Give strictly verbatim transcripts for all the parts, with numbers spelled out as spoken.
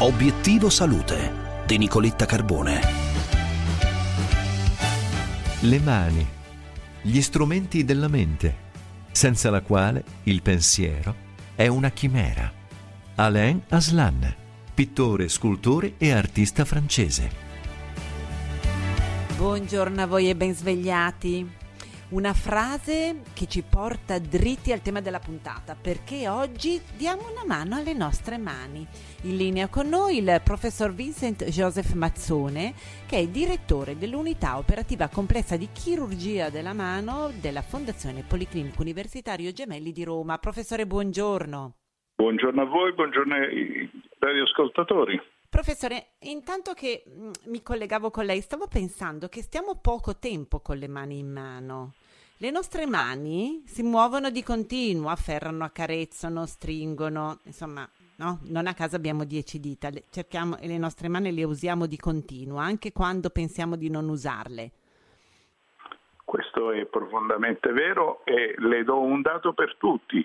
Obiettivo Salute di Nicoletta Carbone. Le mani, gli strumenti della mente, senza la quale il pensiero è una chimera. Alain Aslan, pittore, scultore e artista francese. Buongiorno a voi e ben svegliati. Una frase che ci porta dritti al tema della puntata, perché oggi diamo una mano alle nostre mani. In linea con noi il professor Vincent Joseph Mazzone, che è direttore dell'unità operativa complessa di chirurgia della mano della Fondazione Policlinico Universitario Gemelli di Roma. Professore, buongiorno. Buongiorno a voi, buongiorno ai radioascoltatori. Professore, intanto che mh, mi collegavo con lei, stavo pensando che stiamo poco tempo con le mani in mano. Le nostre mani si muovono di continuo, afferrano, accarezzano, stringono, insomma, no? Non a caso abbiamo dieci dita, le, cerchiamo, e le nostre mani le usiamo di continuo, anche quando pensiamo di non usarle. Questo è profondamente vero e le do un dato per tutti.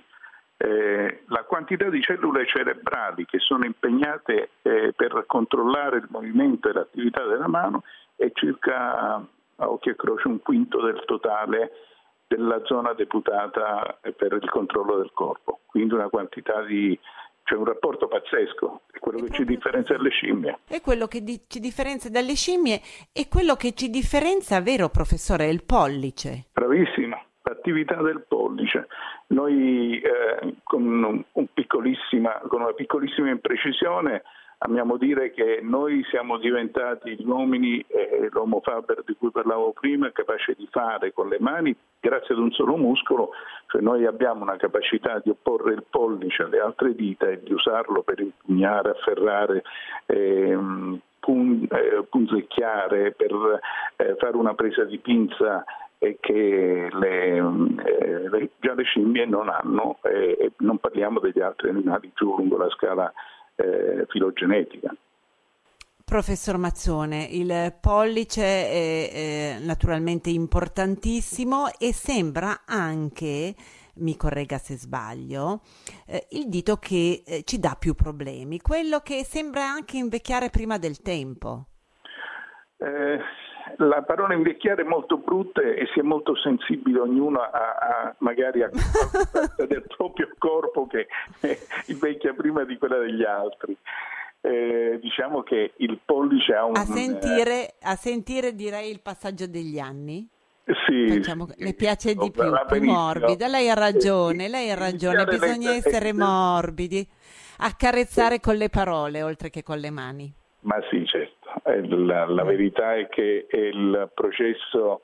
Eh, la quantità di cellule cerebrali che sono impegnate eh, per controllare il movimento e l'attività della mano è circa, a occhio e croce, un quinto del totale della zona deputata per il controllo del corpo. Quindi una quantità di... c'è un rapporto pazzesco, è quello che ci differenzia dalle scimmie. È quello che di- ci differenzia dalle scimmie e quello che ci differenzia, vero professore, è il pollice. Bravissimo. L'attività del pollice. Noi eh, con, un piccolissima, con una piccolissima imprecisione amiamo dire che noi siamo diventati gli uomini, eh, l'Homo faber di cui parlavo prima, capace di fare con le mani grazie ad un solo muscolo, cioè noi abbiamo una capacità di opporre il pollice alle altre dita e di usarlo per impugnare, afferrare, eh, pun, eh, punzecchiare, per eh, fare una presa di pinza e che le, eh, le, già le scimmie non hanno, eh, e non parliamo degli altri animali giù lungo la scala eh, filogenetica. Professor Mazzone, il pollice è, è naturalmente importantissimo e sembra anche, mi corregga se sbaglio, eh, il dito che eh, ci dà più problemi, quello che sembra anche invecchiare prima del tempo. Eh, La parola invecchiare è molto brutta e si è molto sensibile ognuno a, a magari a parte del proprio corpo che eh, invecchia prima di quella degli altri. Eh, diciamo che il pollice ha un... A sentire, eh, a sentire direi il passaggio degli anni? Sì, Facciamo, sì, le piace sì, di più, va più benissimo. morbida. Lei ha ragione, lei ha ragione, bisogna essere morbidi, accarezzare con le parole oltre che con le mani. Ma sì, certo. La, la verità è che è il processo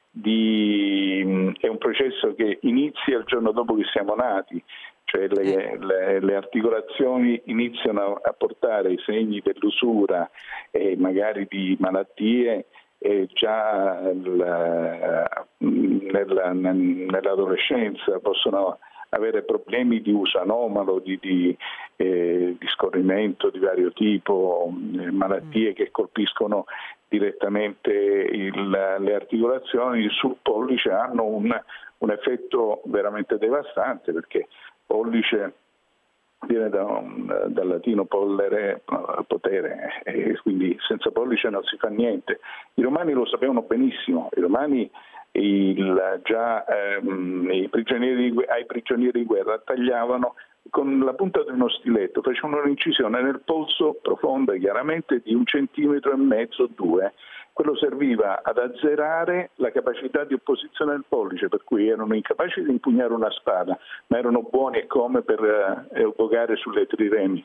di, è un processo che inizia il giorno dopo che siamo nati, cioè le, le, le articolazioni iniziano a portare i segni dell'usura e magari di malattie e già la, nella, nell'adolescenza possono avere problemi di uso anomalo, di, di, eh, di scorrimento di vario tipo, eh, malattie che colpiscono direttamente il, le articolazioni sul pollice hanno un, un effetto veramente devastante, perché pollice viene da, dal latino pollere, potere, e quindi senza pollice non si fa niente. I romani lo sapevano benissimo, i romani il, già ehm, i prigionieri, ai prigionieri di guerra tagliavano con la punta di uno stiletto, facevano un'incisione nel polso profonda chiaramente di un centimetro e mezzo, due. Quello serviva ad azzerare la capacità di opposizione del pollice, per cui erano incapaci di impugnare una spada, ma erano buoni e come per eh, evocare sulle triremi.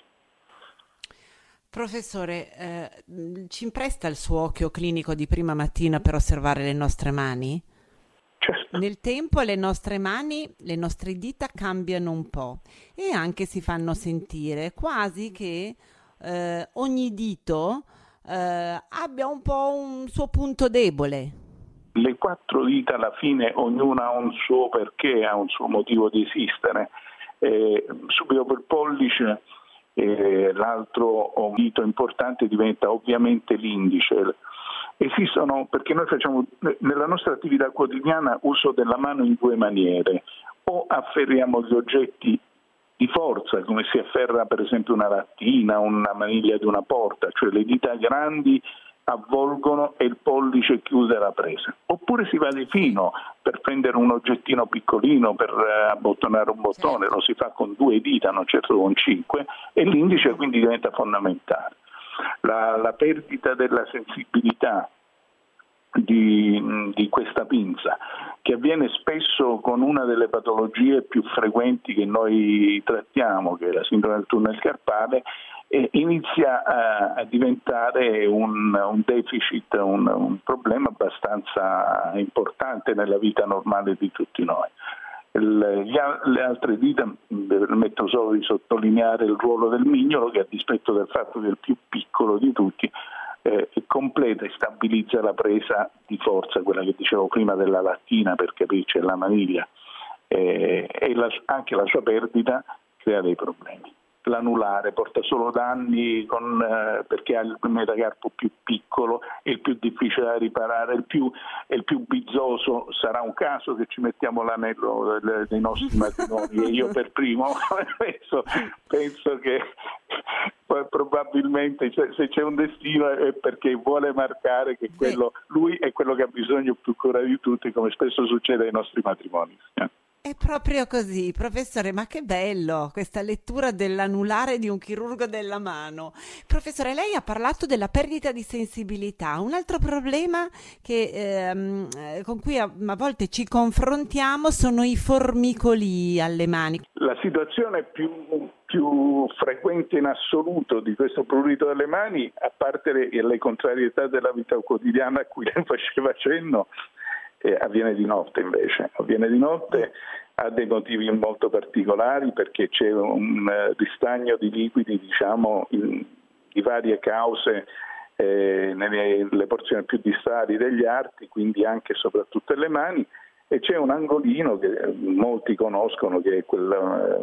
Professore, eh, ci impresta il suo occhio clinico di prima mattina per osservare le nostre mani? Certo. Nel tempo le nostre mani, le nostre dita cambiano un po' e anche si fanno sentire, quasi che eh, ogni dito eh, abbia un po' un suo punto debole. Le quattro dita alla fine ognuna ha un suo perché, ha un suo motivo di esistere. Eh, subito dopo il pollice eh, l'altro dito importante diventa ovviamente l'indice. Esistono, perché noi facciamo nella nostra attività quotidiana uso della mano in due maniere: o afferriamo gli oggetti di forza, come si afferra per esempio una lattina, una maniglia di una porta, cioè le dita grandi avvolgono e il pollice chiude la presa. Oppure si va di fino per prendere un oggettino piccolino, per eh, abbottonare un bottone, lo si fa con due dita, non certo con cinque, e l'indice quindi diventa fondamentale. La, la perdita della sensibilità di, di questa pinza, che avviene spesso con una delle patologie più frequenti che noi trattiamo, che è la sindrome del tunnel carpale, e inizia a, a diventare un, un deficit, un, un problema abbastanza importante nella vita normale di tutti noi. Il, gli, le altre dita, permetto solo di sottolineare il ruolo del mignolo, che a dispetto del fatto che è il più piccolo di tutti, eh, completa e stabilizza la presa di forza, quella che dicevo prima della lattina, per capirci, è la maniglia, eh, e la, anche la sua perdita crea dei problemi. L'anulare porta solo danni con, eh, perché ha il metacarpo più piccolo, è il più difficile da riparare, il più, è il più bizzoso. Sarà un caso che ci mettiamo l'anello dei, dei nostri matrimoni, e io per primo penso, penso che probabilmente se c'è un destino è perché vuole marcare che quello, lui è quello che ha bisogno più cura di tutti, come spesso succede ai nostri matrimoni. È proprio così, professore, ma che bello questa lettura dell'anulare di un chirurgo della mano. Professore, lei ha parlato della perdita di sensibilità, un altro problema che, ehm, con cui a, a volte ci confrontiamo sono i formicoli alle mani. La situazione più, più frequente in assoluto di questo prurito delle mani, a parte le, le contrarietà della vita quotidiana a cui lei faceva cenno, Eh, avviene di notte invece, avviene di notte, ha dei motivi molto particolari, perché c'è un uh, ristagno di liquidi, diciamo, in, di varie cause eh, nelle, nelle porzioni più distali degli arti, quindi anche e soprattutto le mani, e c'è un angolino che molti conoscono, che è quel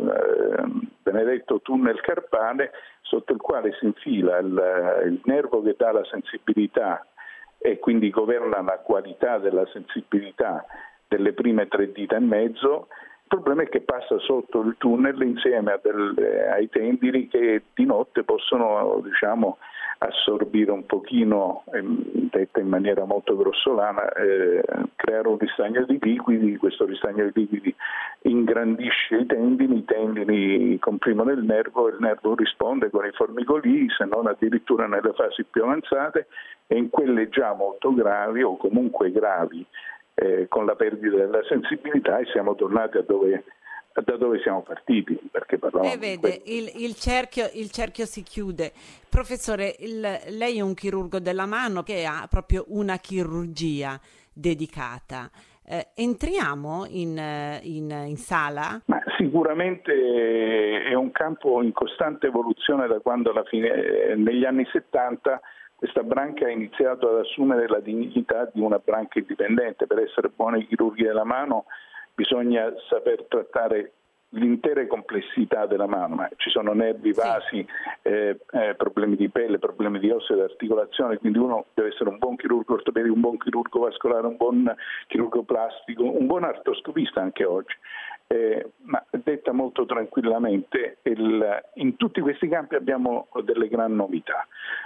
uh, benedetto tunnel carpale, sotto il quale si infila il, il nervo che dà la sensibilità e quindi governa la qualità della sensibilità delle prime tre dita e mezzo. Il problema è che passa sotto il tunnel insieme a delle, ai tendini che di notte possono, diciamo, assorbire un pochino, detta in maniera molto grossolana, eh, creare un ristagno di liquidi. Questo ristagno di liquidi ingrandisce i tendini, i tendini comprimono il nervo, il nervo risponde con i formicoli, se non addirittura nelle fasi più avanzate, e in quelle già molto gravi o comunque gravi, eh, con la perdita della sensibilità, e siamo tornati a dove, da dove siamo partiti, perché parlavamo e vede, il, il, cerchio, il cerchio si chiude. Professore, il, lei è un chirurgo della mano che ha proprio una chirurgia dedicata. Eh, entriamo in, in, in sala? Ma sicuramente è un campo in costante evoluzione da quando alla fine, negli anni settanta, questa branca ha iniziato ad assumere la dignità di una branca indipendente. Per essere buoni chirurghi della mano bisogna saper trattare l'intera complessità della mano, ma ci sono nervi, vasi, eh, eh, problemi di pelle, problemi di ossa ed articolazione, quindi uno deve essere un buon chirurgo ortopedico, un buon chirurgo vascolare, un buon chirurgo plastico, un buon artroscopista anche oggi. Eh, ma detta molto tranquillamente, il, in tutti questi campi abbiamo delle gran novità.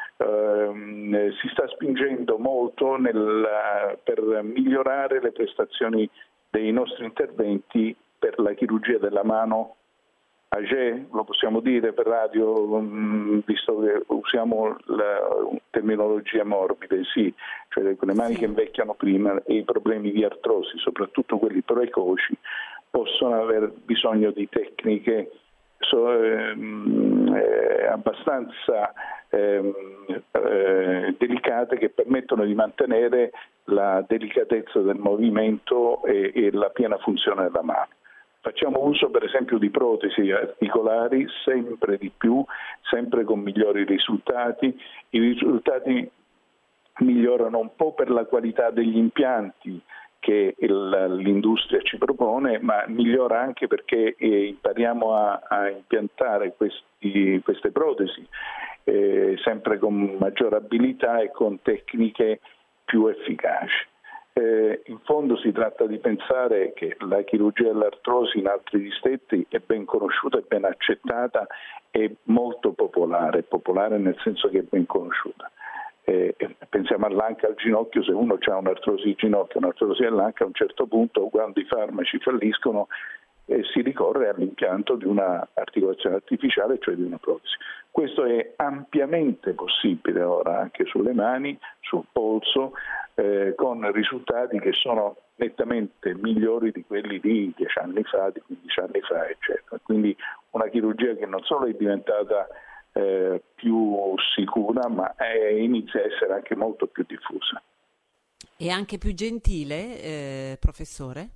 Uh, si sta spingendo molto nel, per migliorare le prestazioni dei nostri interventi per la chirurgia della mano age, lo possiamo dire per radio, um, visto che usiamo la terminologia morbide, sì, cioè quelle mani che invecchiano prima, e i problemi di artrosi, soprattutto quelli precoci, possono aver bisogno di tecniche so, ehm, eh, abbastanza ehm, eh, delicate, che permettono di mantenere la delicatezza del movimento e, e la piena funzione della mano. Facciamo uso per esempio di protesi articolari sempre di più, sempre con migliori risultati. I risultati migliorano un po' per la qualità degli impianti che il, l'industria ci propone, ma migliora anche perché eh, impariamo a, a impiantare questi, queste protesi eh, sempre con maggior abilità e con tecniche più efficaci. Eh, in fondo si tratta di pensare che la chirurgia dell'artrosi in altri distretti è ben conosciuta, è ben accettata, è molto popolare, popolare nel senso che è ben conosciuta. Eh, pensiamo all'anca, al ginocchio, se uno ha un'artrosi di ginocchio, un'artrosi all'anca, a un certo punto quando i farmaci falliscono eh, si ricorre all'impianto di una articolazione artificiale, cioè di una protesi. Questo è ampiamente possibile ora anche sulle mani, sul polso, eh, con risultati che sono nettamente migliori di quelli di dieci anni fa, di quindici anni fa, eccetera. Quindi una chirurgia che non solo è diventata eh, più sicura, ma è, inizia a essere anche molto più diffusa. E anche più gentile, eh, professore?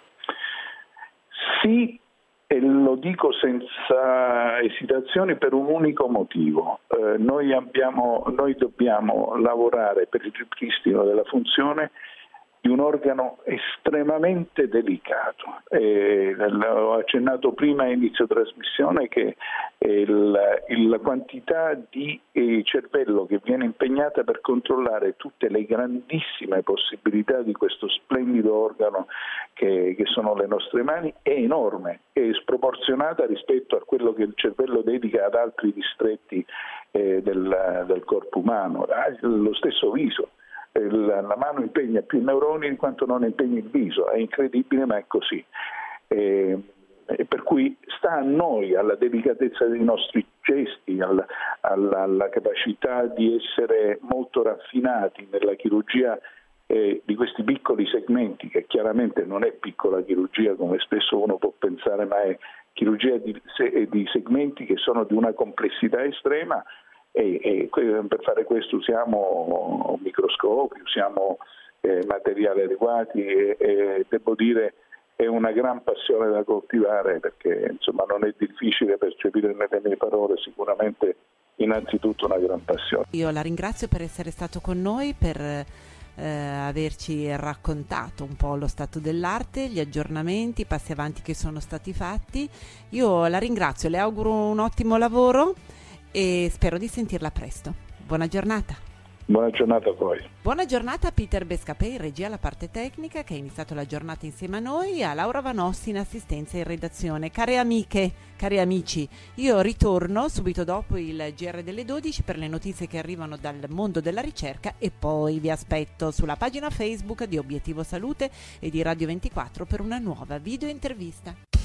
Sì, e lo dico senza esitazioni per un unico motivo. Eh, noi, abbiamo, noi dobbiamo lavorare per il ripristino della funzione di un organo estremamente delicato. Eh, l'ho accennato prima a inizio trasmissione che il, il, la quantità di eh, cervello che viene impegnata per controllare tutte le grandissime possibilità di questo splendido organo che, che sono le nostre mani è enorme, è sproporzionata rispetto a quello che il cervello dedica ad altri distretti eh, del, del corpo umano. Ah, lo stesso viso. La, la mano impegna più neuroni di quanto non impegni il viso, è incredibile ma è così. E, e per cui sta a noi, alla delicatezza dei nostri gesti, alla, alla, alla capacità di essere molto raffinati nella chirurgia eh, di questi piccoli segmenti, che chiaramente non è piccola chirurgia come spesso uno può pensare, ma è chirurgia di, se, di segmenti che sono di una complessità estrema. E, e per fare questo usiamo microscopi, usiamo eh, materiali adeguati e, e devo dire è una gran passione da coltivare, perché insomma non è difficile percepire nelle mie parole, sicuramente innanzitutto una gran passione. Io la ringrazio per essere stato con noi, per eh, averci raccontato un po' lo stato dell'arte, gli aggiornamenti, i passi avanti che sono stati fatti. Io la ringrazio, le auguro un ottimo lavoro e spero di sentirla presto. Buona giornata. Buona giornata a voi. Buona giornata a Peter Bescapè in regia alla parte tecnica, che ha iniziato la giornata insieme a noi, a Laura Vanossi in assistenza e in redazione. Care amiche, cari amici, io ritorno subito dopo il G R delle dodici per le notizie che arrivano dal mondo della ricerca e poi vi aspetto sulla pagina Facebook di Obiettivo Salute e di Radio ventiquattro per una nuova video intervista.